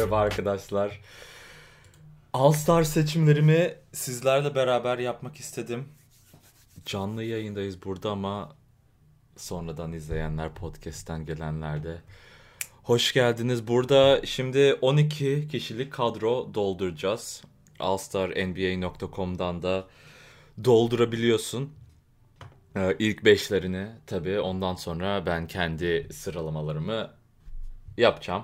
Merhaba arkadaşlar. All Star seçimlerimi sizlerle beraber yapmak istedim. Canlı yayındayız burada ama sonradan izleyenler, podcast'ten gelenler de hoş geldiniz. Burada şimdi 12 kişilik kadro dolduracağız. allstarnba.com'dan da doldurabiliyorsun. İlk beşlerini tabii, ondan sonra ben kendi sıralamalarımı yapacağım.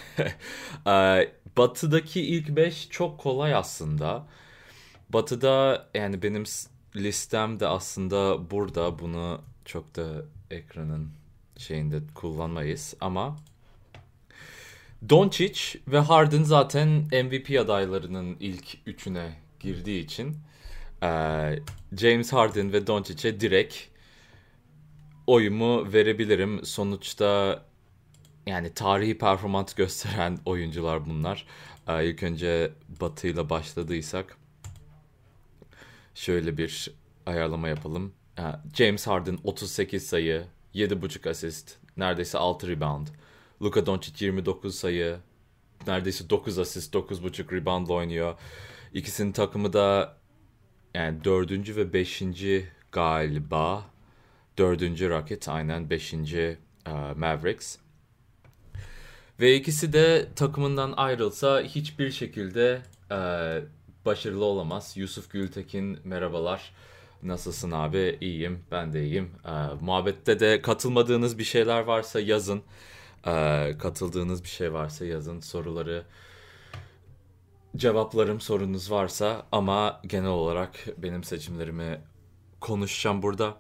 Batı'daki ilk 5 çok kolay aslında. Batı'da yani benim listem de aslında burada. Bunu çok da ekranın şeyinde kullanmayız ama Doncic ve Harden zaten MVP adaylarının ilk üçüne girdiği için James Harden ve Doncic'e direkt oyumu verebilirim. Sonuçta yani tarihi performans gösteren oyuncular bunlar. İlk önce Batı'yla başladıysak şöyle bir ayarlama yapalım. James Harden 38 sayı, 7,5 asist, neredeyse 6 rebound. Luka Doncic 29 sayı, neredeyse 9 asist, 9,5 reboundla oynuyor. İkisinin takımı da yani 4. ve 5. galiba. 4. Rocket, aynen 5. Mavericks. Ve ikisi de takımından ayrılsa hiçbir şekilde başarılı olamaz. Yusuf Gültekin, merhabalar. Nasılsın abi? İyiyim, ben de iyiyim. Muhabbette de katılmadığınız bir şeyler varsa yazın. Katıldığınız bir şey varsa yazın. Soruları cevaplarım, sorunuz varsa, ama genel olarak benim seçimlerimi konuşacağım burada.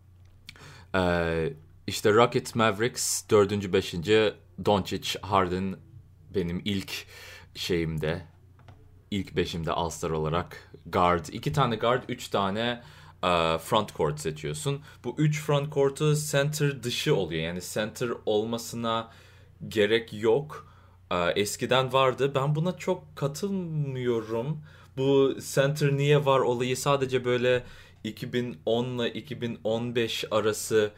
İşte Rocket, Mavericks 4. 5. Doncic, Harden benim ilk şeyimde. İlk 5'imde All-Star olarak. Guard, 2 tane guard, 3 tane front court seçiyorsun. Bu 3 front court'u center dışı oluyor. Yani center olmasına gerek yok. Eskiden vardı. Ben buna çok katılmıyorum. Bu center niye var olayı sadece böyle 2010 ile 2015 arası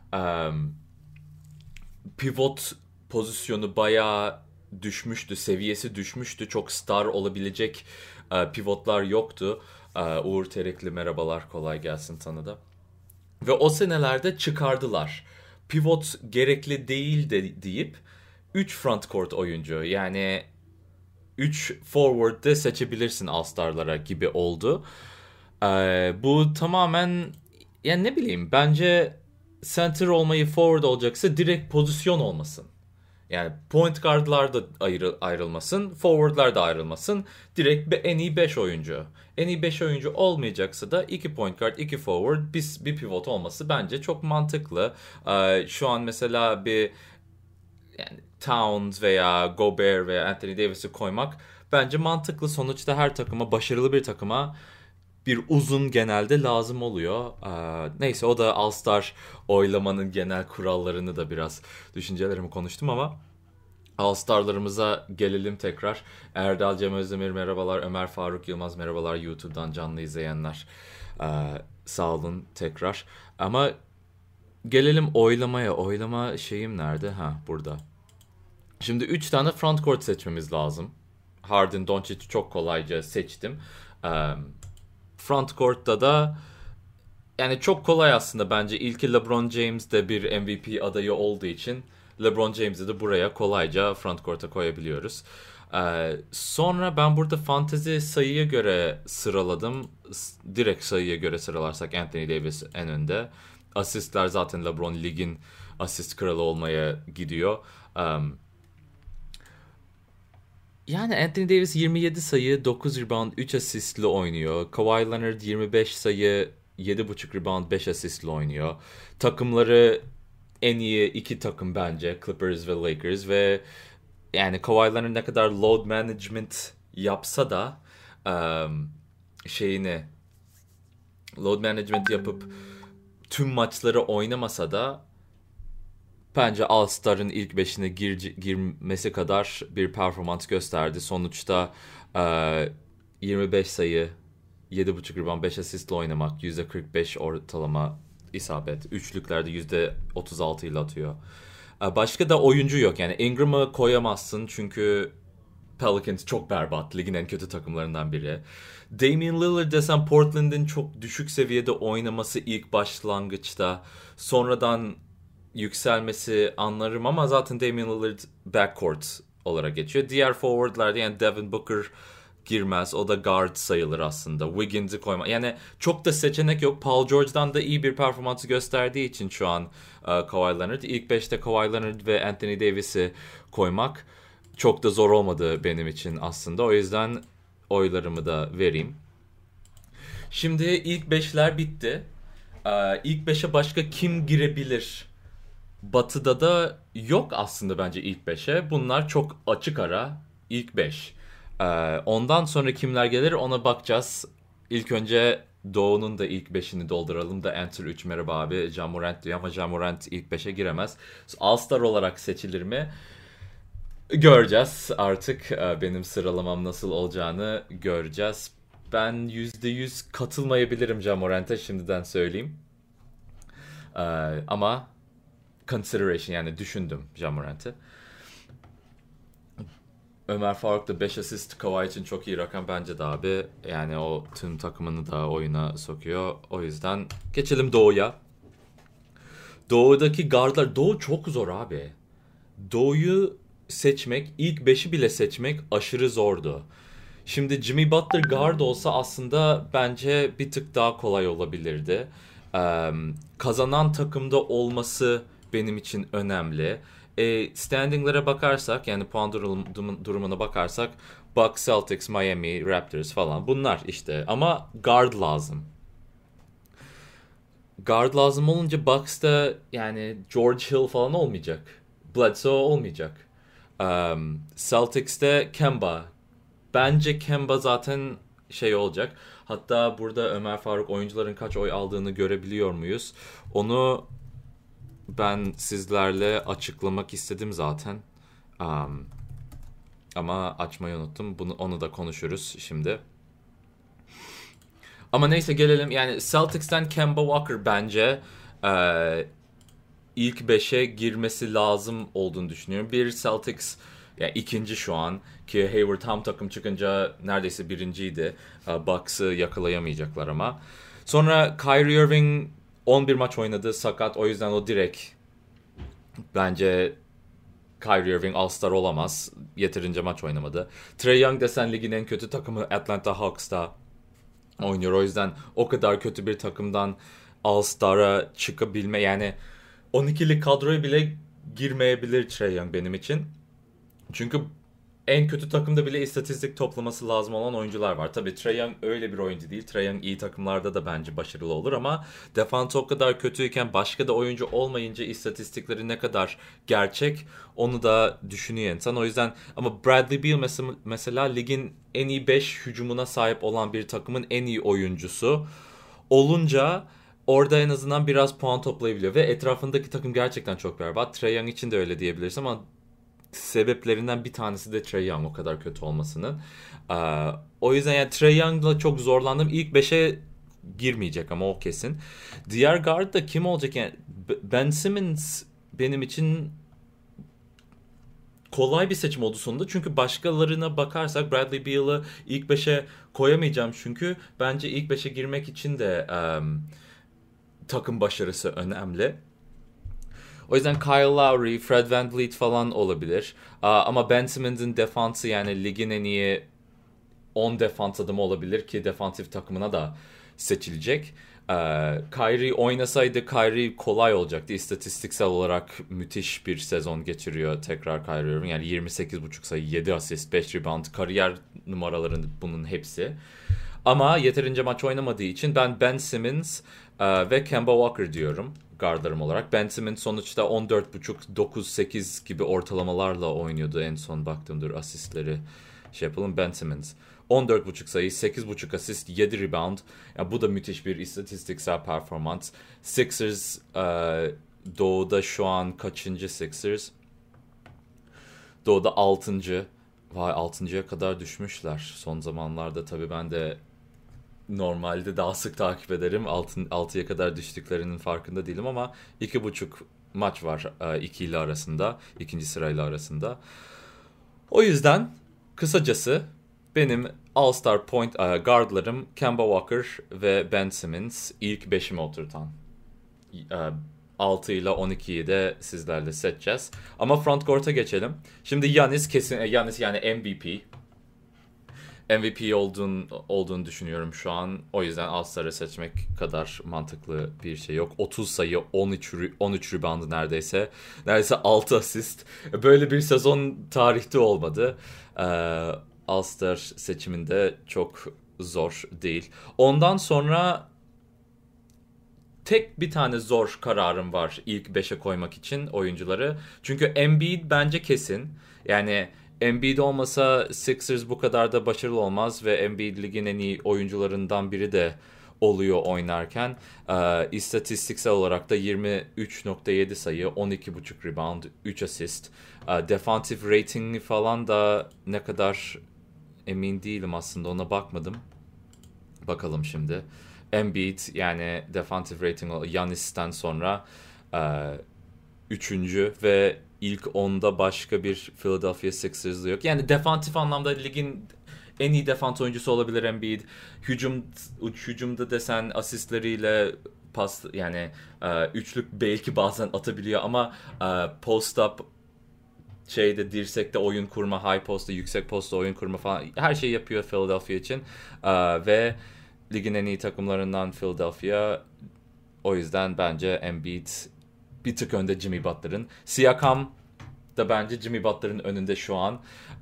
pivot pozisyonu bayağı düşmüştü, seviyesi düşmüştü. Çok star olabilecek pivotlar yoktu. Uğur Terekli, merhabalar, kolay gelsin tanıda. Ve o senelerde çıkardılar. Pivot gerekli değil de deyip 3 frontcourt oyuncu, yani 3 forward de seçebilirsin All-Star'lara gibi oldu. Bu tamamen, yani ne bileyim, bence center olmayı, forward olacaksa direkt pozisyon olmasın. Yani point guardlar da ayrılmasın, forwardlar da ayrılmasın. Direkt en iyi 5 oyuncu. En iyi 5 oyuncu olmayacaksa da 2 point guard, 2 forward, bir pivot olması bence çok mantıklı. Şu an mesela bir yani Towns veya Gobert veya Anthony Davis'i koymak bence mantıklı. Sonuçta her takıma, başarılı bir takıma bir uzun genelde lazım oluyor. Neyse, o da All-Star oylamanın genel kurallarını da biraz düşüncelerimi konuştum ama All-Star'larımıza gelelim tekrar. Erdal Cem Özdemir, merhabalar. Ömer Faruk Yılmaz, merhabalar. YouTube'dan canlı izleyenler. Sağ olun tekrar. Ama gelelim oylamaya. Oylama şeyim nerede? Burada. Şimdi 3 tane frontcourt seçmemiz lazım. Harden, Doncic'i çok kolayca seçtim. Frontcourt'ta da yani çok kolay aslında bence. İlki LeBron James de bir MVP adayı olduğu için LeBron James'i de buraya kolayca frontcourt'a koyabiliyoruz. Sonra ben burada fantezi sayıya göre sıraladım. Direkt sayıya göre sıralarsak Anthony Davis en önde. Asistler zaten LeBron ligin asist kralı olmaya gidiyor. Yani Anthony Davis 27 sayı, 9 rebound, 3 asistle oynuyor. Kawhi Leonard 25 sayı, 7,5 rebound, 5 asistle oynuyor. Takımları en iyi iki takım bence, Clippers ve Lakers, ve yani Kawhi Leonard ne kadar load management yapsa da şeyini load management yapıp tüm maçları oynamasa da bence All-Star'ın ilk 5'ine girmesi kadar bir performans gösterdi. Sonuçta 25 sayı, 7,5 rebound, 5 asistle oynamak, %45 ortalama isabet. Üçlüklerde %36 ile atıyor. Başka da oyuncu yok. Yani Ingram'ı koyamazsın çünkü Pelicans çok berbat. Ligin en kötü takımlarından biri. Damian Lillard desem Portland'ın çok düşük seviyede oynaması ilk başlangıçta. Sonradan yükselmesi anlarım ama zaten Damian Lillard backcourt olarak geçiyor. Diğer forwardlarda yani Devin Booker girmez. O da guard sayılır aslında. Wiggins'i koyma. Yani çok da seçenek yok. Paul George'dan da iyi bir performansı gösterdiği için şu an Kawhi Leonard. İlk 5'te Kawhi Leonard ve Anthony Davis'i koymak çok da zor olmadı benim için aslında. O yüzden oylarımı da vereyim. Şimdi ilk 5'ler bitti. İlk 5'e başka kim girebilir? Batı'da da yok aslında bence ilk 5'e. Bunlar çok açık ara ilk 5. Ondan sonra kimler gelir ona bakacağız. İlk önce Doğu'nun da ilk 5'ini dolduralım da Enter 3 merhaba abi. Ja Morant diyor ama Ja Morant ilk 5'e giremez. All-Star olarak seçilir mi? Göreceğiz artık. Benim sıralamam nasıl olacağını göreceğiz. Ben %100 katılmayabilirim Ja Morant'e şimdiden söyleyeyim. Ama consideration yani düşündüm Ja Morant'e. Ömer Faruk da 5 asist Kawhi için çok iyi rakam bence de abi. Yani o tüm takımını da oyuna sokuyor. O yüzden geçelim Doğu'ya. Doğu'daki guardlar. Doğu çok zor abi. Doğu'yu seçmek, ilk 5'i bile seçmek aşırı zordu. Şimdi Jimmy Butler guard olsa aslında bence bir tık daha kolay olabilirdi. Kazanan takımda olması benim için önemli. Standinglere bakarsak yani puan durumuna bakarsak Bucks, Celtics, Miami, Raptors falan bunlar işte. Ama guard lazım. Guard lazım olunca Bucks'ta yani George Hill falan olmayacak. Bledsoe olmayacak. Celtics'te Kemba. Bence Kemba zaten şey olacak. Hatta burada Ömer Faruk oyuncuların kaç oy aldığını görebiliyor muyuz? Onu ben sizlerle açıklamak istedim zaten. Ama açmayı unuttum. Onu da konuşuruz şimdi. Ama neyse gelelim. Yani Celtics'ten Kemba Walker bence ilk 5'e girmesi lazım olduğunu düşünüyorum. Bir Celtics yani ikinci şu an ki Hayward tam takım çıkınca neredeyse birinciydi. Bucks'ı yakalayamayacaklar ama. Sonra Kyrie Irving 11 maç oynadı sakat. O yüzden o direkt bence Kyrie Irving All-Star olamaz. Yeterince maç oynamadı. Trae Young desen ligin en kötü takımı Atlanta Hawks'ta oynuyor. O yüzden o kadar kötü bir takımdan All-Star'a çıkabilme yani 12'lik kadroya bile girmeyebilir Trae Young benim için. Çünkü en kötü takımda bile istatistik toplaması lazım olan oyuncular var. Tabii Trae Young öyle bir oyuncu değil. Trae Young iyi takımlarda da bence başarılı olur ama defansı o kadar kötüyken başka da oyuncu olmayınca istatistikleri ne kadar gerçek onu da düşünüyor insan. O yüzden ama Bradley Beal mesela ligin en iyi 5 hücumuna sahip olan bir takımın en iyi oyuncusu olunca orada en azından biraz puan toplayabiliyor ve etrafındaki takım gerçekten çok berbat. Trae Young için de öyle diyebiliriz ama sebeplerinden bir tanesi de Trae Young o kadar kötü olmasının. O yüzden yani Trae Young'la çok zorlandım. İlk 5'e girmeyecek ama o kesin. Diğer guard da kim olacak yani? Ben Simmons benim için kolay bir seçim oldu sonunda. Çünkü başkalarına bakarsak Bradley Beal'ı ilk 5'e koyamayacağım. Çünkü bence ilk 5'e girmek için de takım başarısı önemli. O yüzden Kyle Lowry, Fred VanVleet falan olabilir. Ama Ben Simmons'ın defansı yani ligin en iyi 10 defans adamı olabilir ki defansif takımına da seçilecek. Kyrie oynasaydı Kyrie kolay olacaktı. İstatistiksel olarak müthiş bir sezon geçiriyor tekrar Kyrie Irving. Yani 28,5 sayı, 7 asist, 5 rebound, kariyer numaralarının bunun hepsi. Ama yeterince maç oynamadığı için Ben Simmons ve Kemba Walker diyorum guardlarım olarak. Ben Simmons sonuçta 14,5, 9, 8 gibi ortalamalarla oynuyordu en son baktığımda asistleri şey yapalım. Ben Simmons 14,5 sayı, 8,5 asist, 7 rebound. Yani bu da müthiş bir istatistiksel performans. Sixers Doğu'da şu an kaçıncı Sixers? Doğu'da 6. Vay 6.'ya kadar düşmüşler. Son zamanlarda tabii ben de normalde daha sık takip ederim. 6'ya kadar düştüklerinin farkında değilim ama 2,5 maç var 2 ile arasında. İkinci sırayla arasında. O yüzden Kısacası benim All-Star point guardlarım Kemba Walker ve Ben Simmons, ilk 5'ime oturtan. 6 ile 12'yi de sizlerle seçeceğiz. Ama front court'a geçelim. Şimdi Giannis kesin, Giannis yani MVP. MVP olduğunu düşünüyorum şu an. O yüzden All-Star'ı seçmek kadar mantıklı bir şey yok. 30 sayı, 13 rebound neredeyse. Neredeyse 6 asist. Böyle bir sezon tarihte olmadı. All-Star seçiminde çok zor değil. Ondan sonra tek bir tane zor kararım var ilk 5'e koymak için oyuncuları. Çünkü Embiid bence kesin. Yani Embiid olmasa Sixers bu kadar da başarılı olmaz ve Embiid ligin en iyi oyuncularından biri de oluyor oynarken. İstatistiksel olarak da 23.7 sayı, 12.5 rebound, 3 asist. Defensive ratingi falan da ne kadar emin değilim aslında, ona bakmadım. Bakalım şimdi. Embiid yani defensive rating Giannis'ten sonra üçüncü ve ilk 10'da başka bir Philadelphia Sixers'lı yok. Yani defansif anlamda ligin en iyi defans oyuncusu olabilir Embiid. Hücumda desen asistleriyle pas yani üçlük belki bazen atabiliyor ama post up dirsekte oyun kurma, high post'ta, yüksek post'ta oyun kurma falan her şeyi yapıyor Philadelphia için. Ve ligin en iyi takımlarından Philadelphia. O yüzden bence Embiid bir tık önde Jimmy Butler'ın. Siakam da bence Jimmy Butler'ın önünde şu an.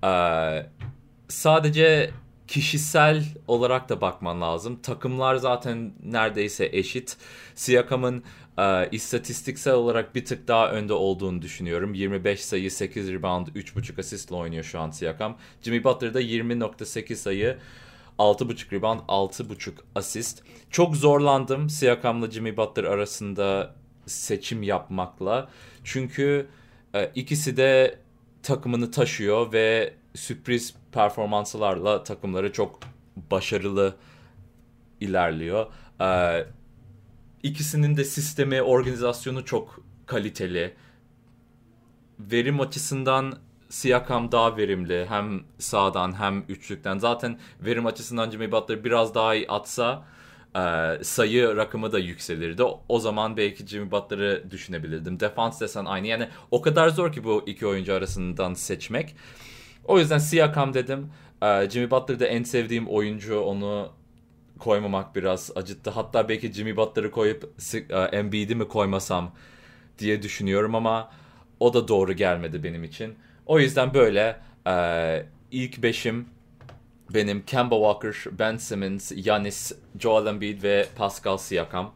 Sadece kişisel olarak da bakman lazım. Takımlar zaten neredeyse eşit. Siakam'ın istatistiksel olarak bir tık daha önde olduğunu düşünüyorum. 25 sayı, 8 rebound, 3.5 asistle oynuyor şu an Siakam. Jimmy Butler'da 20.8 sayı, 6.5 rebound, 6.5 asist. Çok zorlandım Siakam'la Jimmy Butler arasında seçim yapmakla. Çünkü ikisi de takımını taşıyor ve sürpriz performanslarla takımları çok başarılı ilerliyor. İkisinin de sistemi, organizasyonu çok kaliteli. Verim açısından Siakam daha verimli. Hem sağdan hem üçlükten. Zaten verim açısından Jimmy Butler biraz daha iyi atsa sayı rakamı da yükselirdi. O zaman belki Jimmy Butler'ı düşünebilirdim. Defans desen aynı. Yani o kadar zor ki bu iki oyuncu arasından seçmek. O yüzden Siakam dedim. Jimmy Butler da en sevdiğim oyuncu. Onu koymamak biraz acıttı. Hatta belki Jimmy Butler'ı koyup Embiid'i mi koymasam diye düşünüyorum ama o da doğru gelmedi benim için. O yüzden böyle ilk beşim benim Kemba Walker, Ben Simmons, Giannis, Joel Embiid ve Pascal Siakam.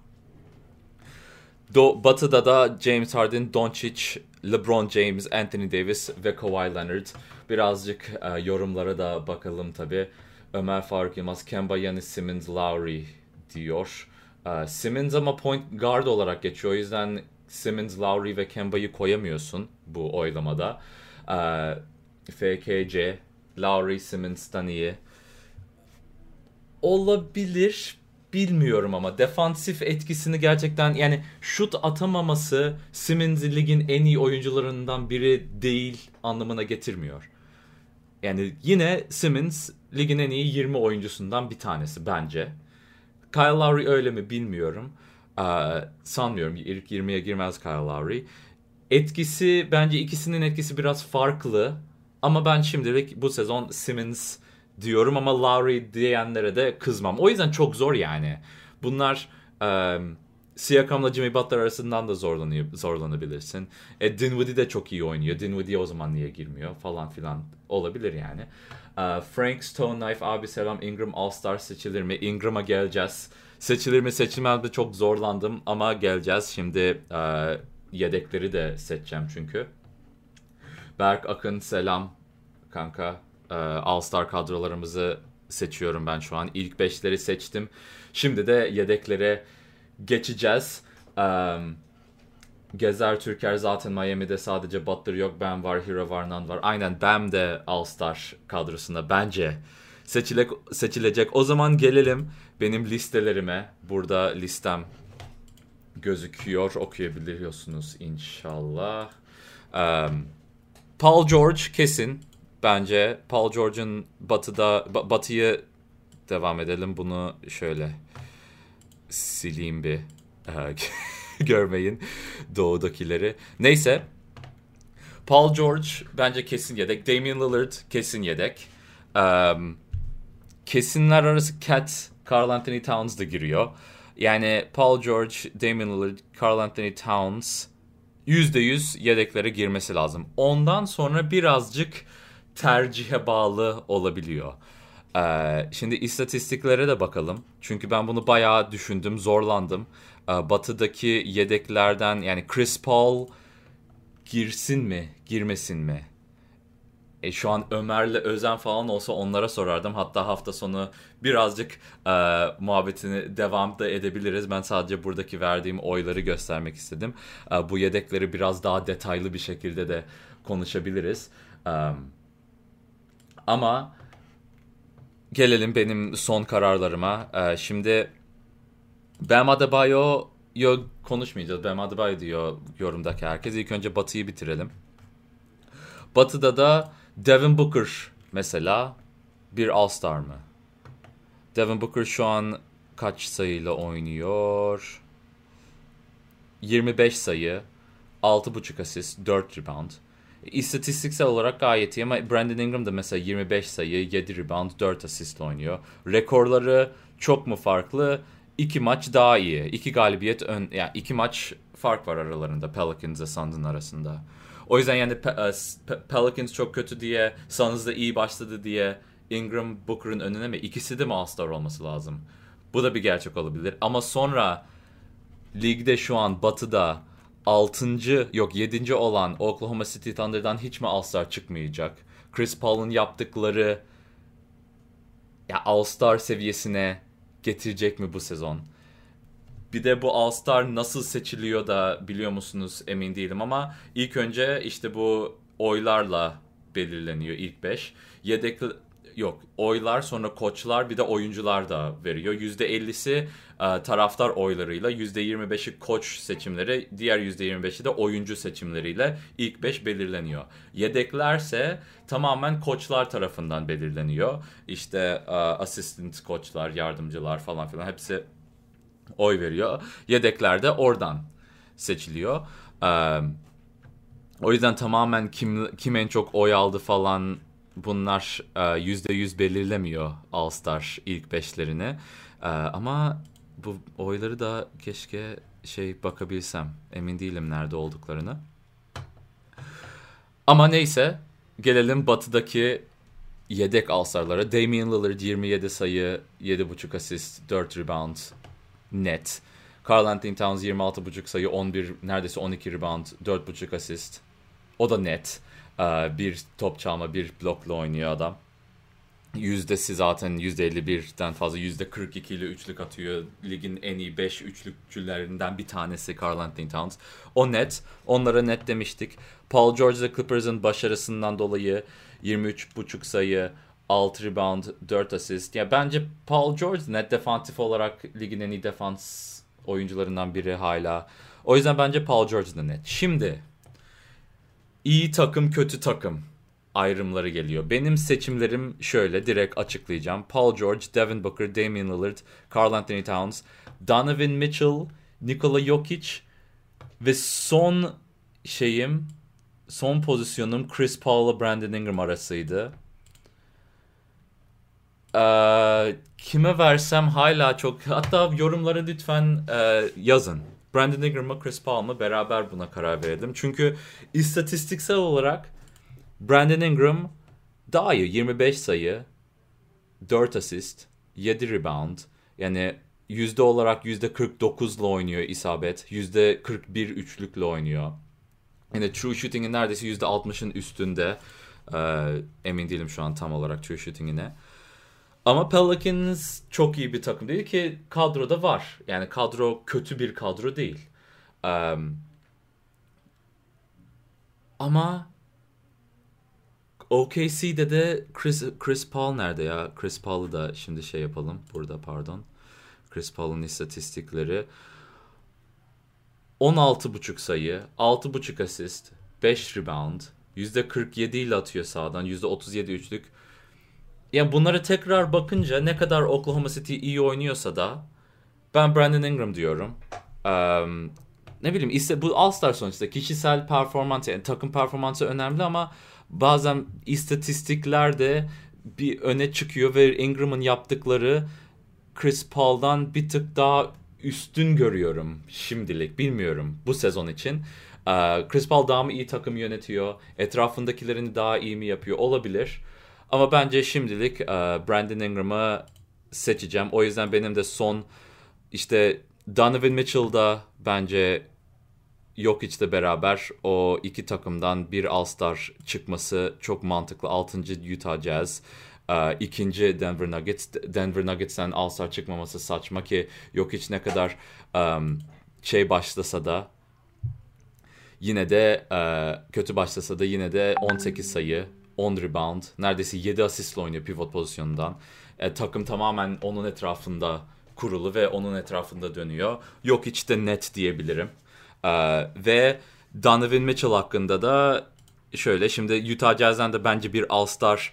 Batı'da da James Harden, Doncic, LeBron James, Anthony Davis ve Kawhi Leonard. Birazcık yorumlara da bakalım tabii. Ömer Faruk Yılmaz, Kemba, Giannis, Simmons, Lowry diyor. Simmons ama point guard olarak geçiyor. O yüzden Simmons, Lowry ve Kemba'yı koyamıyorsun bu oylamada. FKC, Lowry, Simmons'tan iyi. Olabilir. Bilmiyorum ama defansif etkisini gerçekten yani şut atamaması Simmons'i ligin en iyi oyuncularından biri değil anlamına getirmiyor. Yani yine Simmons ligin en iyi 20 oyuncusundan bir tanesi bence. Kyle Lowry öyle mi bilmiyorum. Sanmıyorum. İlk 20'ye girmez Kyle Lowry. Etkisi bence ikisinin etkisi biraz farklı. Ama ben şimdilik bu sezon Simmons diyorum ama Lowry diyenlere de kızmam. O yüzden çok zor yani. Bunlar Siakam'la Jimmy Butler arasından da zorlanabilirsin. Dinwiddie de çok iyi oynuyor. Dinwiddie o zaman niye girmiyor falan filan olabilir yani. Frank Stone Knife abi selam. Ingram All-Star seçilir mi? Ingram'a geleceğiz. Seçilir mi seçilmez mi çok zorlandım ama geleceğiz. Şimdi yedekleri de seçeceğim çünkü. Berk Akın selam kanka. All-Star kadrolarımızı seçiyorum ben şu an. İlk 5'leri seçtim. Şimdi de yedeklere geçeceğiz. Gezer Türker zaten Miami'de sadece Butler yok. Bam var, Hero var, Nunn var. Aynen Bam de All-Star kadrosunda bence seçilecek. O zaman gelelim benim listelerime. Burada listem gözüküyor. Okuyabiliyorsunuz inşallah. Paul George kesin. bence Paul George'un Batı'yı devam edelim. Bunu şöyle sileyim bir görmeyin doğudakileri. Neyse, Paul George bence kesin yedek. Damian Lillard kesin yedek. Kesinler arası Cat, Karl Anthony Towns da giriyor. Yani Paul George, Damian Lillard, Karl Anthony Towns %100 yedeklere girmesi lazım. Ondan sonra birazcık tercihe bağlı olabiliyor. Şimdi istatistiklere de bakalım. Çünkü ben bunu bayağı düşündüm, zorlandım. Batı'daki yedeklerden yani Chris Paul girsin mi, girmesin mi? Şu an Ömer'le Özen falan olsa onlara sorardım. Hatta hafta sonu birazcık muhabbetini devam da edebiliriz. Ben sadece buradaki verdiğim oyları göstermek istedim. Bu yedekleri biraz daha detaylı bir şekilde de konuşabiliriz. Ama gelelim benim son kararlarıma. Şimdi Bam Adebayo'yu konuşmayacağız. Bam Adebayo diyor yorumdaki herkes. İlk önce Batı'yı bitirelim. Batı'da da Devin Booker mesela bir All-Star mı? Devin Booker şu an kaç sayıyla oynuyor? 25 sayı, 6.5 asist, 4 rebound. İstatistiksel olarak gayet iyi ama Brandon Ingram da mesela 25 sayı, 7 rebound, 4 asistle oynuyor. Rekorları çok mu farklı? 2 maç daha iyi. 2 galibiyet yani 2 maç fark var aralarında Pelicans'la Suns'ın arasında. O yüzden yani Pelicans çok kötü diye, Suns da iyi başladı diye Ingram Booker'ın önüne mi? İkisi de mi All-Star olması lazım? Bu da bir gerçek olabilir. Ama sonra ligde şu an Batı'da 7. olan Oklahoma City Thunder'dan hiç mi All-Star çıkmayacak? Chris Paul'un yaptıkları ya All-Star seviyesine getirecek mi bu sezon? Bir de bu All-Star nasıl seçiliyor da biliyor musunuz emin değilim ama ilk önce işte bu oylarla belirleniyor ilk 5. Oylar, sonra koçlar, bir de oyuncular da veriyor. %50'si taraftar oylarıyla, %25'i koç seçimleri, diğer %25'i de oyuncu seçimleriyle ilk 5 belirleniyor. Yedeklerse tamamen koçlar tarafından belirleniyor. İşte assistant koçlar, yardımcılar falan filan hepsi oy veriyor. Yedekler de oradan seçiliyor. O yüzden tamamen kim en çok oy aldı falan, bunlar %100 belirlemiyor All-Star ilk beşlerini. Ama bu oyları da keşke bakabilsem. Emin değilim nerede olduklarını. Ama neyse, gelelim Batı'daki yedek All-Star'lara. Damian Lillard 27 sayı, 7.5 asist, 4 rebound net. Karl Anthony Towns 26.5 sayı, 11, neredeyse 12 rebound, 4.5 asist. O da net. Bir top çalma, bir blokla oynuyor adam. Yüzdesi zaten %51'den fazla, %42 ile üçlük atıyor. Ligin en iyi 5 üçlükçülerinden bir tanesi Karl Anthony Towns. O net. Onlara net demiştik. Paul George da Clippers'ın başarısından dolayı 23.5 sayı, 6 rebound, 4 asist. Ya bence Paul George net defansif olarak ligin en iyi defans oyuncularından biri hala. O yüzden bence Paul George da net. Şimdi iyi takım, kötü takım ayrımları geliyor. Benim seçimlerim şöyle, direkt açıklayacağım. Paul George, Devin Booker, Damian Lillard, Karl Anthony Towns, Donovan Mitchell, Nikola Jokic ve son pozisyonum Chris Paul'la Brandon Ingram arasıydı. Kime versem hala çok... Hatta yorumlara lütfen yazın. Brandon Ingram mı, Chris Paul mu, beraber buna karar verelim. Çünkü istatistiksel olarak Brandon Ingram daha iyi. 25 sayı, 4 asist, 7 rebound. Yani yüzde olarak %49'la oynuyor isabet. %41 üçlükle oynuyor. Yani true shooting'in neredeyse %60'ın üstünde. Emin değilim şu an tam olarak true shooting'ine. Ama Pelicans çok iyi bir takım değil ki, kadroda var. Yani kadro kötü bir kadro değil. Ama OKC'de de Chris Paul nerede ya? Chris Paul'u da şimdi yapalım. Burada pardon. Chris Paul'un istatistikleri. 16.5 sayı, 6.5 asist, 5 rebound, %47 ile atıyor sağdan. %37 üçlük. Yani bunlara tekrar bakınca ne kadar Oklahoma City iyi oynuyorsa da ben Brandon Ingram diyorum. Ne bileyim bu All-Star sonuçta kişisel performans, yani takım performansı önemli ama bazen istatistikler de bir öne çıkıyor ve Ingram'ın yaptıkları Chris Paul'dan bir tık daha üstün görüyorum şimdilik. Bilmiyorum bu sezon için. Chris Paul daha mı iyi takım yönetiyor? Etrafındakilerini daha iyi mi yapıyor? Olabilir. Ama bence şimdilik Brandon Ingram'ı seçeceğim. O yüzden benim de son işte Donovan Mitchell'da bence Jokic'le beraber o iki takımdan bir All-Star çıkması çok mantıklı. 6. Utah Jazz, ikinci Denver Nuggets. Denver Nuggets'ten All-Star çıkmaması saçma ki Jokic ne kadar başlasa da yine de kötü başlasa da yine de 18 sayı, 10 rebound, neredeyse 7 asistle oynuyor pivot pozisyonundan. Takım tamamen onun etrafında kurulu ve onun etrafında dönüyor. Jokic de net diyebilirim. Ve Donovan Mitchell hakkında da şöyle, şimdi Utah Jazz'den de bence bir All-Star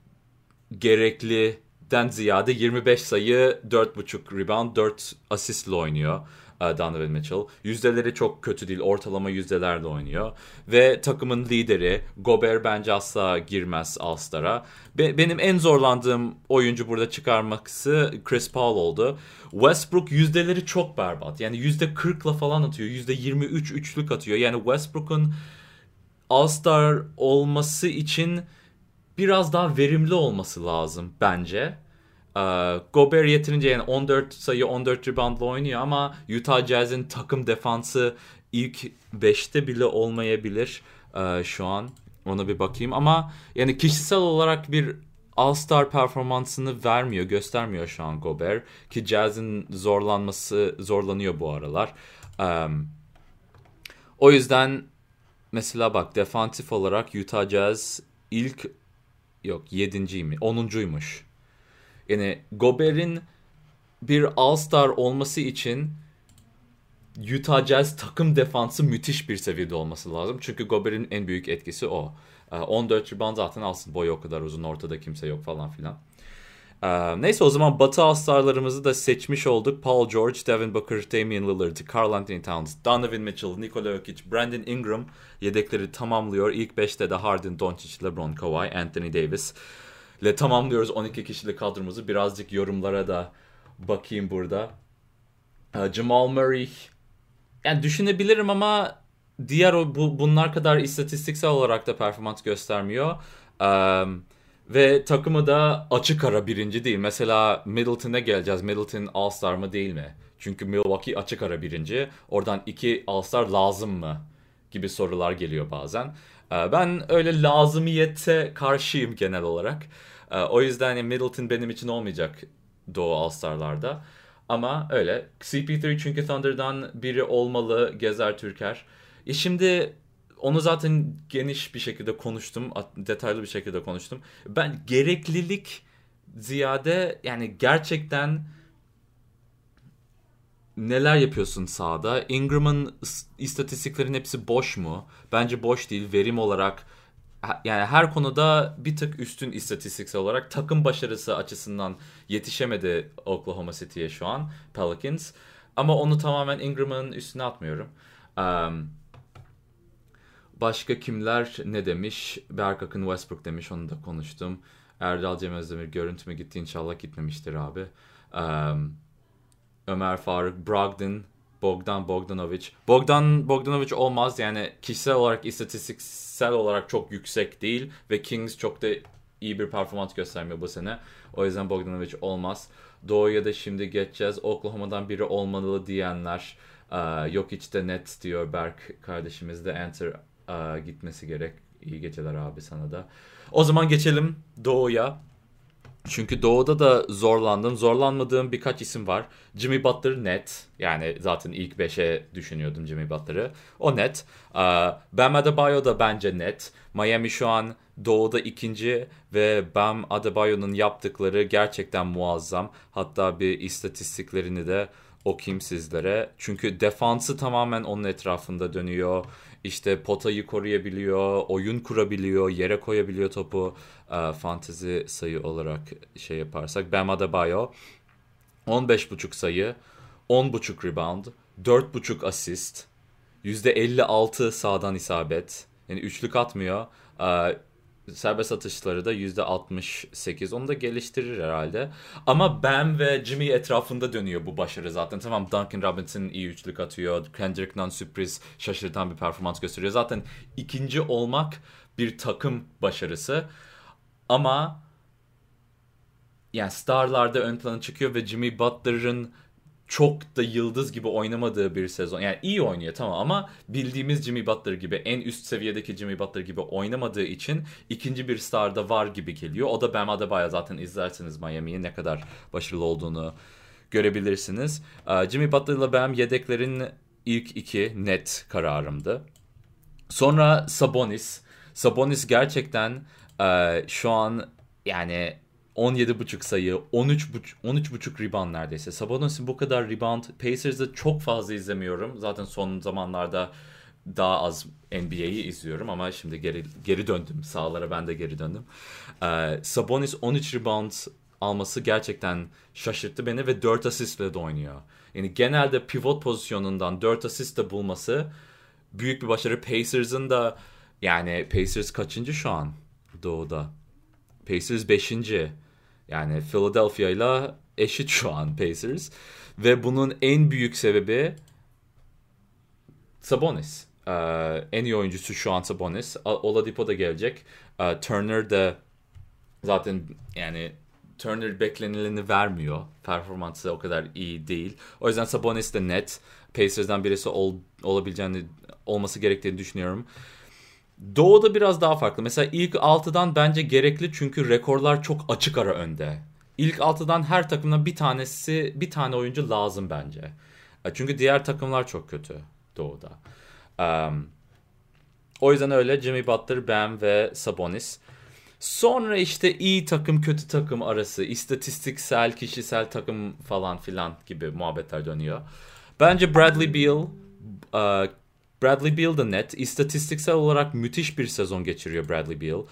gerekliden ziyade 25 sayı, 4.5 rebound, 4 asistle oynuyor Donovan Mitchell. Yüzdeleri çok kötü değil, ortalama yüzdelerle oynuyor. Ve takımın lideri Gobert bence asla girmez All-Star'a. Benim en zorlandığım oyuncu burada çıkarması Chris Paul oldu. Westbrook yüzdeleri çok berbat. Yani %40'la falan atıyor. %23 üçlük atıyor. Yani Westbrook'un All-Star olması için biraz daha verimli olması lazım bence. Gobert yeterince, yani 14 sayı 14 reboundla oynuyor ama Utah Jazz'in takım defansı ilk 5'te bile olmayabilir şu an. Ona bir bakayım ama yani kişisel olarak bir All-Star performansını göstermiyor şu an Gobert. Ki Jazz'in zorlanıyor bu aralar. O yüzden mesela bak, defansif olarak Utah Jazz ilk 7. mi? 10'uncuymuş. Yani Gobert'in bir All-Star olması için Utah Jazz takım defansı müthiş bir seviyede olması lazım. Çünkü Gobert'in en büyük etkisi o. 14 rebound zaten alsın, boyu o kadar uzun, ortada kimse yok falan filan. Neyse, o zaman Batı All-Star'larımızı da seçmiş olduk. Paul George, Devin Booker, Damian Lillard, Karl Anthony Towns, Donovan Mitchell, Nikola Jokic, Brandon Ingram yedekleri tamamlıyor. İlk 5'te de Harden, Doncic, LeBron, Kawhi, Anthony Davis ile tamamlıyoruz 12 kişilik kadromuzu. Birazcık yorumlara da bakayım burada. Jamal Murray, yani düşünebilirim ama bunlar kadar istatistiksel olarak da performans göstermiyor. Ve takımı da açık ara birinci değil. Mesela Middleton'a geleceğiz. Middleton All-Star mı değil mi? Çünkü Milwaukee açık ara birinci. Oradan 2 All-Star lazım mı? Gibi sorular geliyor bazen. Ben öyle lazımiyete karşıyım genel olarak. O yüzden Middleton benim için olmayacak Doğu All-Star'larda. Ama öyle. CP3 çünkü Thunder'dan biri olmalı. Gezer Türker. Şimdi onu zaten geniş bir şekilde konuştum. Detaylı bir şekilde konuştum. Ben gereklilik ziyade, yani gerçekten neler yapıyorsun sahada? Ingram'ın istatistiklerin hepsi boş mu? Bence boş değil. Verim olarak, yani her konuda bir tık üstün istatistiksel olarak. Takım başarısı açısından yetişemedi Oklahoma City'ye şu an Pelicans. Ama onu tamamen Ingram'ın üstüne atmıyorum. Başka kimler ne demiş? Berk Akın Westbrook demiş, onu da konuştum. Erdal Cem Özdemir, görüntü mü gitti, inşallah gitmemiştir abi. Ömer Faruk, Brogdon, Bogdanovic olmaz, yani kişisel olarak, istatistiksel olarak çok yüksek değil ve Kings çok da iyi bir performans göstermiyor bu sene. O yüzden Bogdanovic olmaz. Doğu'ya da şimdi geçeceğiz. Oklahoma'dan biri olmalı diyenler, Jokic de net diyor Berk kardeşimiz de. Enter gitmesi gerek. İyi geceler abi sana da. O zaman geçelim Doğu'ya. Çünkü Doğu'da da zorlandım. Zorlanmadığım birkaç isim var. Jimmy Butler net. Yani zaten ilk 5'e düşünüyordum Jimmy Butler'ı. O net. Bam Adebayo da bence net. Miami şu an Doğu'da ikinci ve Bam Adebayo'nun yaptıkları gerçekten muazzam. Hatta bir istatistiklerini de okuyayım sizlere. Çünkü defansı tamamen onun etrafında dönüyor. İşte potayı koruyabiliyor, oyun kurabiliyor, yere koyabiliyor topu. Fantezi sayı olarak şey yaparsak. Bam Adebayo 15,5 sayı, 10,5 rebound, 4,5 asist, %56 sağdan isabet. Yani üçlük atmıyor. Serbest atışları da %68. Onu da geliştirir herhalde. Ama Bam ve Jimmy etrafında dönüyor bu başarı zaten. Tamam, Duncan Robinson iyi üçlük atıyor. Kendrick Nunn sürpriz şaşırtan bir performans gösteriyor. Zaten ikinci olmak bir takım başarısı. Ama yani starlarda ön plana çıkıyor ve Jimmy Butler'ın çok da yıldız gibi oynamadığı bir sezon. Yani iyi oynuyor tamam ama bildiğimiz Jimmy Butler gibi, en üst seviyedeki Jimmy Butler gibi oynamadığı için ikinci bir star da var gibi geliyor. O da Bam Adebayo, zaten izlerseniz Miami'yi ne kadar başarılı olduğunu görebilirsiniz. Jimmy Butler ile Bam yedeklerin ilk iki net kararımdı. Sonra Sabonis. Sabonis gerçekten şu an yani 17,5 sayı, 13,5 rebound neredeyse. Sabonis'in bu kadar rebound, Pacers'ı çok fazla izlemiyorum. Zaten son zamanlarda daha az NBA'yi izliyorum ama şimdi geri döndüm. Sahalara ben de geri döndüm. Sabonis 13 rebound alması gerçekten şaşırttı beni ve 4 asistle de oynuyor. Yani genelde pivot pozisyonundan 4 asist de bulması büyük bir başarı. Pacers'ın da yani Pacers kaçıncı şu an Doğu'da? Pacers beşinci. Yani Philadelphia ile eşit şu an Pacers. Ve bunun en büyük sebebi Sabonis. En iyi oyuncusu şu an Sabonis. Oladipo da gelecek. Turner de zaten yani Turner beklenileni vermiyor. Performansı o kadar iyi değil. O yüzden Sabonis de net Pacers'dan birisi olabileceğini, olması gerektiğini düşünüyorum. Doğu'da biraz daha farklı. Mesela ilk 6'dan bence gerekli çünkü rekorlar çok açık ara önde. İlk 6'dan her takımda bir tane oyuncu lazım bence. Çünkü diğer takımlar çok kötü Doğu'da. O yüzden öyle Jimmy Butler, Bam ve Sabonis. Sonra işte iyi takım kötü takım arası, istatistiksel, kişisel takım falan filan gibi muhabbetler dönüyor. Bence Bradley Beal da net. İstatistiksel olarak müthiş bir sezon geçiriyor Bradley Beal.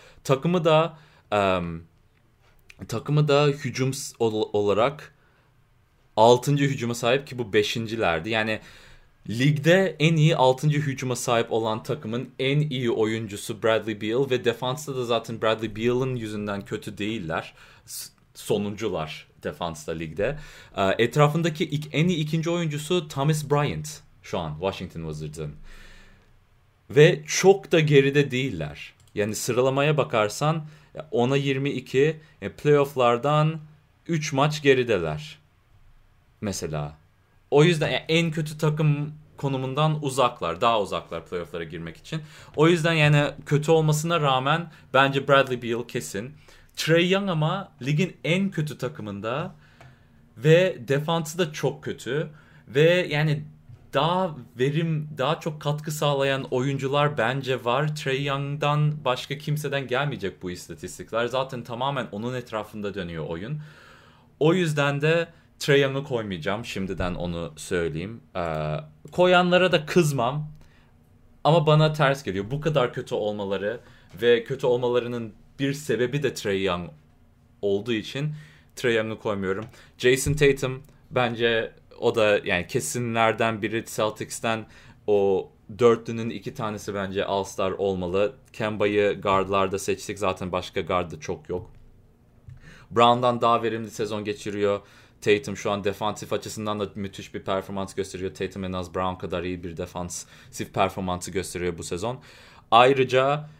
Takımı da hücum olarak 6. hücuma sahip ki bu 5.'lerdi. Yani ligde en iyi 6. hücuma sahip olan takımın en iyi oyuncusu Bradley Beal ve defansta da zaten Bradley Beal'ın yüzünden kötü değiller. Sonuncular defansta ligde. Etrafındaki en iyi ikinci oyuncusu Thomas Bryant şu an Washington Wizards'ın. Ve çok da geride değiller. Yani sıralamaya bakarsan 10'a 22, playoff'lardan 3 maç gerideler. Mesela. O yüzden yani en kötü takım konumundan uzaklar. Daha uzaklar playoff'lara girmek için. O yüzden yani kötü olmasına rağmen bence Bradley Beal kesin. Trae Young ama ligin en kötü takımında ve defansı da çok kötü. Ve yani daha çok katkı sağlayan oyuncular bence var. Trae Young'dan başka kimseden gelmeyecek bu istatistikler. Zaten tamamen onun etrafında dönüyor oyun. O yüzden de Trae Young'u koymayacağım. Şimdiden onu söyleyeyim. Koyanlara da kızmam. Ama bana ters geliyor. Bu kadar kötü olmaları ve kötü olmalarının bir sebebi de Trae Young olduğu için Trae Young'u koymuyorum. Jason Tatum bence o da yani kesinlerden biri. Celtics'ten o dörtlünün 2 tanesi bence All-Star olmalı. Kemba'yı guardlarda seçtik. Zaten başka guard'da çok yok. Brown'dan daha verimli sezon geçiriyor. Tatum şu an defansif açısından da müthiş bir performans gösteriyor. Tatum en az Brown kadar iyi bir defansif performansı gösteriyor bu sezon. Ayrıca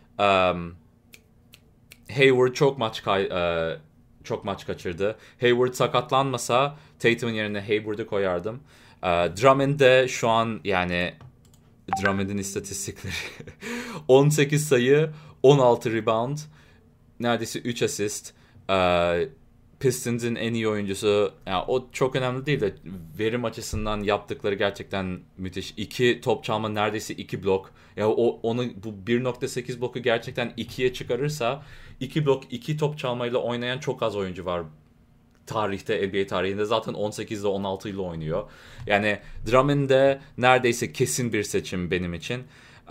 Hayward çok maç kaçırdı. Hayward sakatlanmasa Tatum'un yerine Hayward'ı koyardım. Drummond de şu an yani Drummond'un istatistikleri 18 sayı, 16 rebound, neredeyse 3 asist. Pistons'ın en iyi oyuncusu. Yani o çok önemli değil de verim açısından yaptıkları gerçekten müthiş. 2 top çalma, neredeyse 2 blok. Ya onu bu 1.8 bloku gerçekten 2'ye çıkarırsa 2 blok 2 top çalmayla oynayan çok az oyuncu var tarihte, NBA tarihinde zaten 18 ile 16 ile oynuyor. Yani Drummond de neredeyse kesin bir seçim benim için.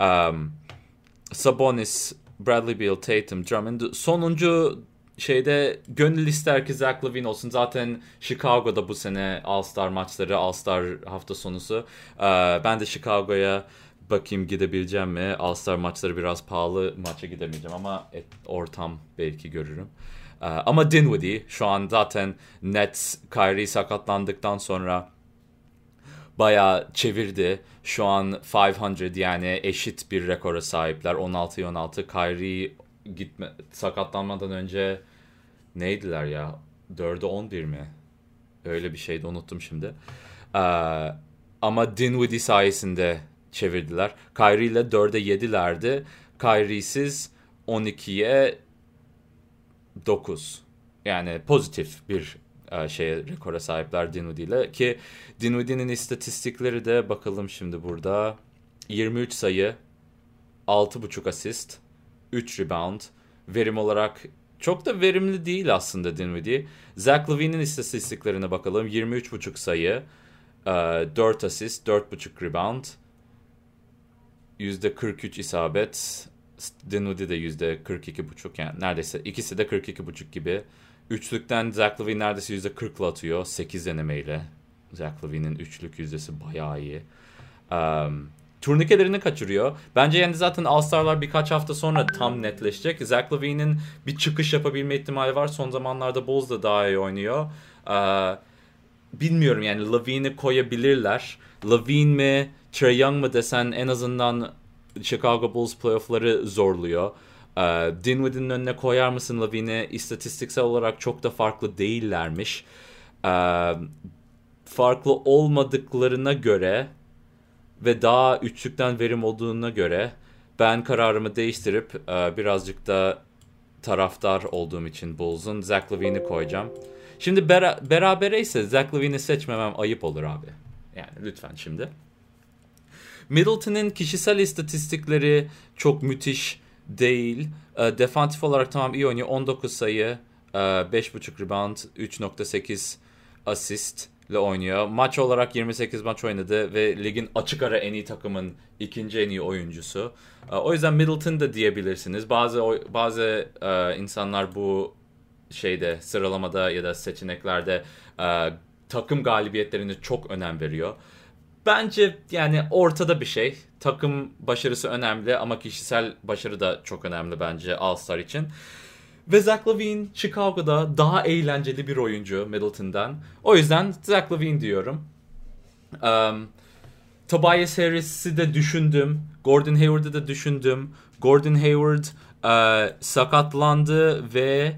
Sabonis, Bradley Beal, Tatum, Drummond. Sonuncu şeyde gönül ister ki Zach LaVine olsun. Zaten Chicago'da bu sene All-Star maçları, All-Star hafta sonusu. Ben de Chicago'ya bakayım gidebileceğim mi? All-Star maçları biraz pahalı, maça gidemeyeceğim ama ortam belki görürüm. Ama Dinwiddie şu an zaten Nets Kyrie sakatlandıktan sonra bayağı çevirdi. Şu an 500 yani eşit bir rekora sahipler. 16'ya 16. Kyrie sakatlanmadan önce neydiler ya? 4'e 11 mi? Öyle bir şeydi, unuttum şimdi. Ama Dinwiddie sayesinde çevirdiler. Kyrie ile 4'e 7'lerdi. Kyrie'siz 12'ye 9. Yani pozitif bir rekora sahipler Dinwiddie ile. Ki Dinwiddie'nin istatistikleri de bakalım şimdi burada. 23 sayı, 6.5 asist, 3 rebound. Verim olarak çok da verimli değil aslında Dinwiddie. Zach LaVine'in istatistiklerine bakalım. 23.5 sayı, 4 asist, 4.5 rebound. %43 isabet. Dinwiddie de %42.5, yani neredeyse ikisi de 42.5 gibi. Üçlükten Zach LaVine neredeyse %40'la atıyor. 8 denemeyle. Zach LaVine'in üçlük yüzdesi bayağı iyi. Turnikelerini kaçırıyor. Bence yani zaten All-Star'lar birkaç hafta sonra tam netleşecek. Zach LaVine'in bir çıkış yapabilme ihtimali var. Son zamanlarda Bulls da daha iyi oynuyor. Bilmiyorum yani, LaVine'i koyabilirler. LaVine mi, Trae Young mı desen en azından Chicago Bulls playoff'ları zorluyor. Dinwiddie'nin önüne koyar mısın LaVine'i? İstatistiksel olarak çok da farklı değillermiş. Farklı olmadıklarına göre ve daha üçlükten verim olduğuna göre ben kararımı değiştirip birazcık da taraftar olduğum için Bulls'un Zach LaVine'i koyacağım. Şimdi berabere ise Zach LaVine'i seçmemem ayıp olur abi. Yani lütfen şimdi. Middleton'ın kişisel istatistikleri çok müthiş değil. Defansif olarak tamam iyi oynuyor. 19 sayı, 5.5 rebound, 3.8 asist ile oynuyor. Maç olarak 28 maç oynadı ve ligin açık ara en iyi takımın ikinci en iyi oyuncusu. O yüzden Middleton da diyebilirsiniz. Bazı insanlar bu sıralamada ya da seçeneklerde takım galibiyetlerine çok önem veriyor. Bence yani ortada bir şey. Takım başarısı önemli ama kişisel başarı da çok önemli bence All-Star için. Ve Zach LaVine Chicago'da daha eğlenceli bir oyuncu Middleton'dan. O yüzden Zach LaVine diyorum. Tobias Harris'i de düşündüm. Gordon Hayward'ı da düşündüm. Gordon Hayward sakatlandı ve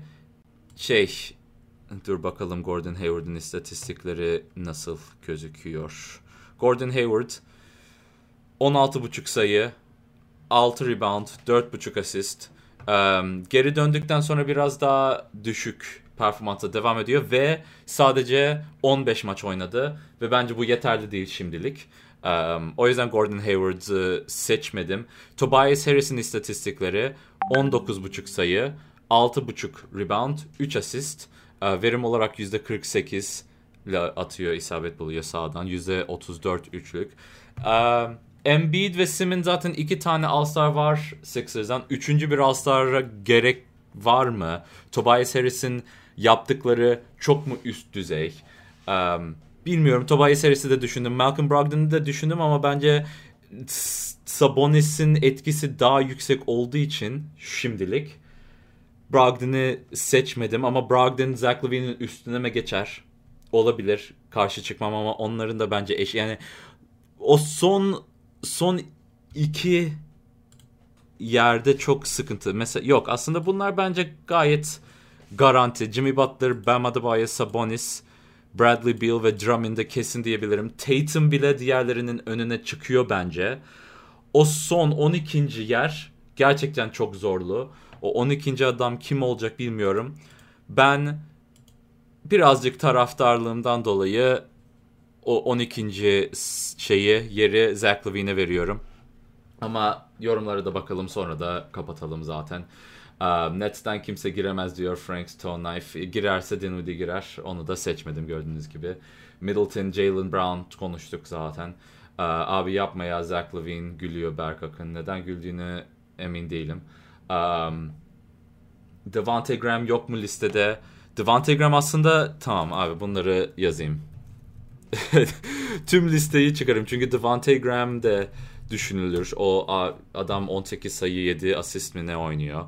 dur bakalım Gordon Hayward'ın istatistikleri nasıl gözüküyor. Gordon Hayward 16.5 sayı, 6 rebound, 4.5 asist. Geri döndükten sonra biraz daha düşük performansla devam ediyor ve sadece 15 maç oynadı ve bence bu yeterli değil şimdilik. O yüzden Gordon Hayward'ı seçmedim. Tobias Harris'in istatistikleri 19.5 sayı, 6.5 rebound, 3 asist. Verim olarak %48 ile atıyor, isabet buluyor sağdan. %34 üçlük. Embiid ve Simmons zaten 2 tane All-Star var Sixers'dan. Üçüncü bir All-Star'a gerek var mı? Tobias Harris'in yaptıkları çok mu üst düzey? Bilmiyorum. Tobias Harris'i de düşündüm. Malcolm Brogdon'u da düşündüm ama bence Sabonis'in etkisi daha yüksek olduğu için şimdilik Brogdon'u seçmedim ama Brogdon Zach LaVine'in üstüne mi geçer? Olabilir. Karşı çıkmam ama onların da bence yani o son iki yerde çok sıkıntı. Mesela yok, aslında bunlar bence gayet garanti. Jimmy Butler, Bam Adebayo, Sabonis, Bradley Beal ve Drummond'da kesin diyebilirim. Tatum bile diğerlerinin önüne çıkıyor bence. O son 12. yer gerçekten çok zorlu. O 12. adam kim olacak bilmiyorum. Ben birazcık taraftarlığımdan dolayı o 12. yeri Zach LaVine'e veriyorum. Ama yorumlara da bakalım, sonra da kapatalım zaten. Nets'ten kimse giremez diyor Frank Stone-Knife. Girerse Dinwiddie girer. Onu da seçmedim gördüğünüz gibi. Middleton, Jaylen Brown konuştuk zaten. Abi yapma ya, Zach LaVine gülüyor Berk Akın. Neden güldüğünü emin değilim. Devonte Graham yok mu listede? Devonte Graham aslında tamam abi, bunları yazayım. Tüm listeyi çıkarım çünkü Devonte Graham de düşünülür. O adam 18 sayı 7 asist mi ne oynuyor.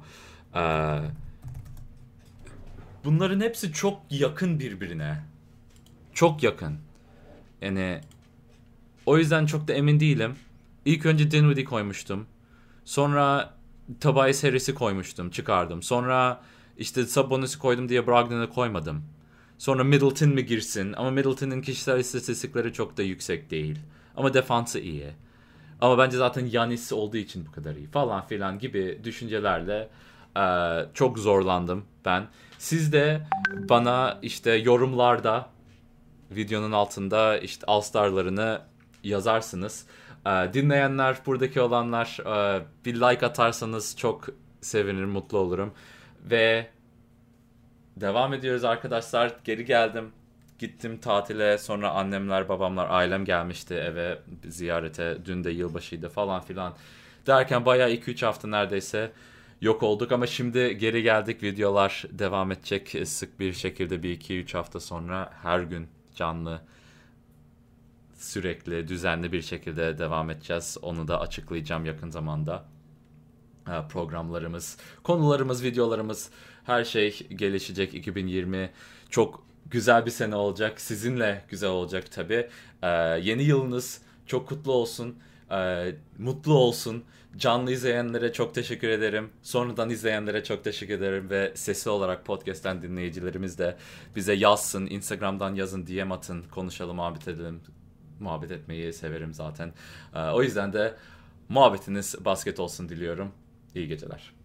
Bunların hepsi çok yakın birbirine. Çok yakın. Yani o yüzden çok da emin değilim. İlk önce Dinwiddie koymuştum. Sonra Tobias Harris'i koymuştum. Çıkardım. Sonra işte Sabonis'i koydum diye Brogdon'u koymadım. Sonra Middleton mi girsin? Ama Middleton'ın kişisel istatistikleri çok da yüksek değil. Ama defansı iyi. Ama bence zaten Giannis olduğu için bu kadar iyi falan filan gibi düşüncelerle çok zorlandım ben. Siz de bana işte yorumlarda, videonun altında işte All-Star'larını yazarsınız. Dinleyenler, buradaki olanlar bir like atarsanız çok sevinirim, mutlu olurum. Ve devam ediyoruz arkadaşlar. Geri geldim. Gittim tatile, sonra annemler, babamlar, ailem gelmişti eve ziyarete. Dün de yılbaşıydı falan filan. Derken bayağı 2-3 hafta neredeyse yok olduk. Ama şimdi geri geldik. Videolar devam edecek sık bir şekilde 1-2-3 hafta sonra her gün canlı, sürekli, düzenli bir şekilde devam edeceğiz. Onu da açıklayacağım yakın zamanda. Programlarımız, konularımız, videolarımız, her şey gelişecek. 2020 çok güzel bir sene olacak. Sizinle güzel olacak tabii. Yeni yılınız çok kutlu olsun. Mutlu olsun. Canlı izleyenlere çok teşekkür ederim. Sonradan izleyenlere çok teşekkür ederim. Ve sesli olarak podcast'ten dinleyicilerimiz de bize yazsın. Instagram'dan yazın, DM atın. Konuşalım, muhabbet edelim. Muhabbet etmeyi severim zaten. O yüzden de muhabbetiniz basket olsun diliyorum. İyi geceler.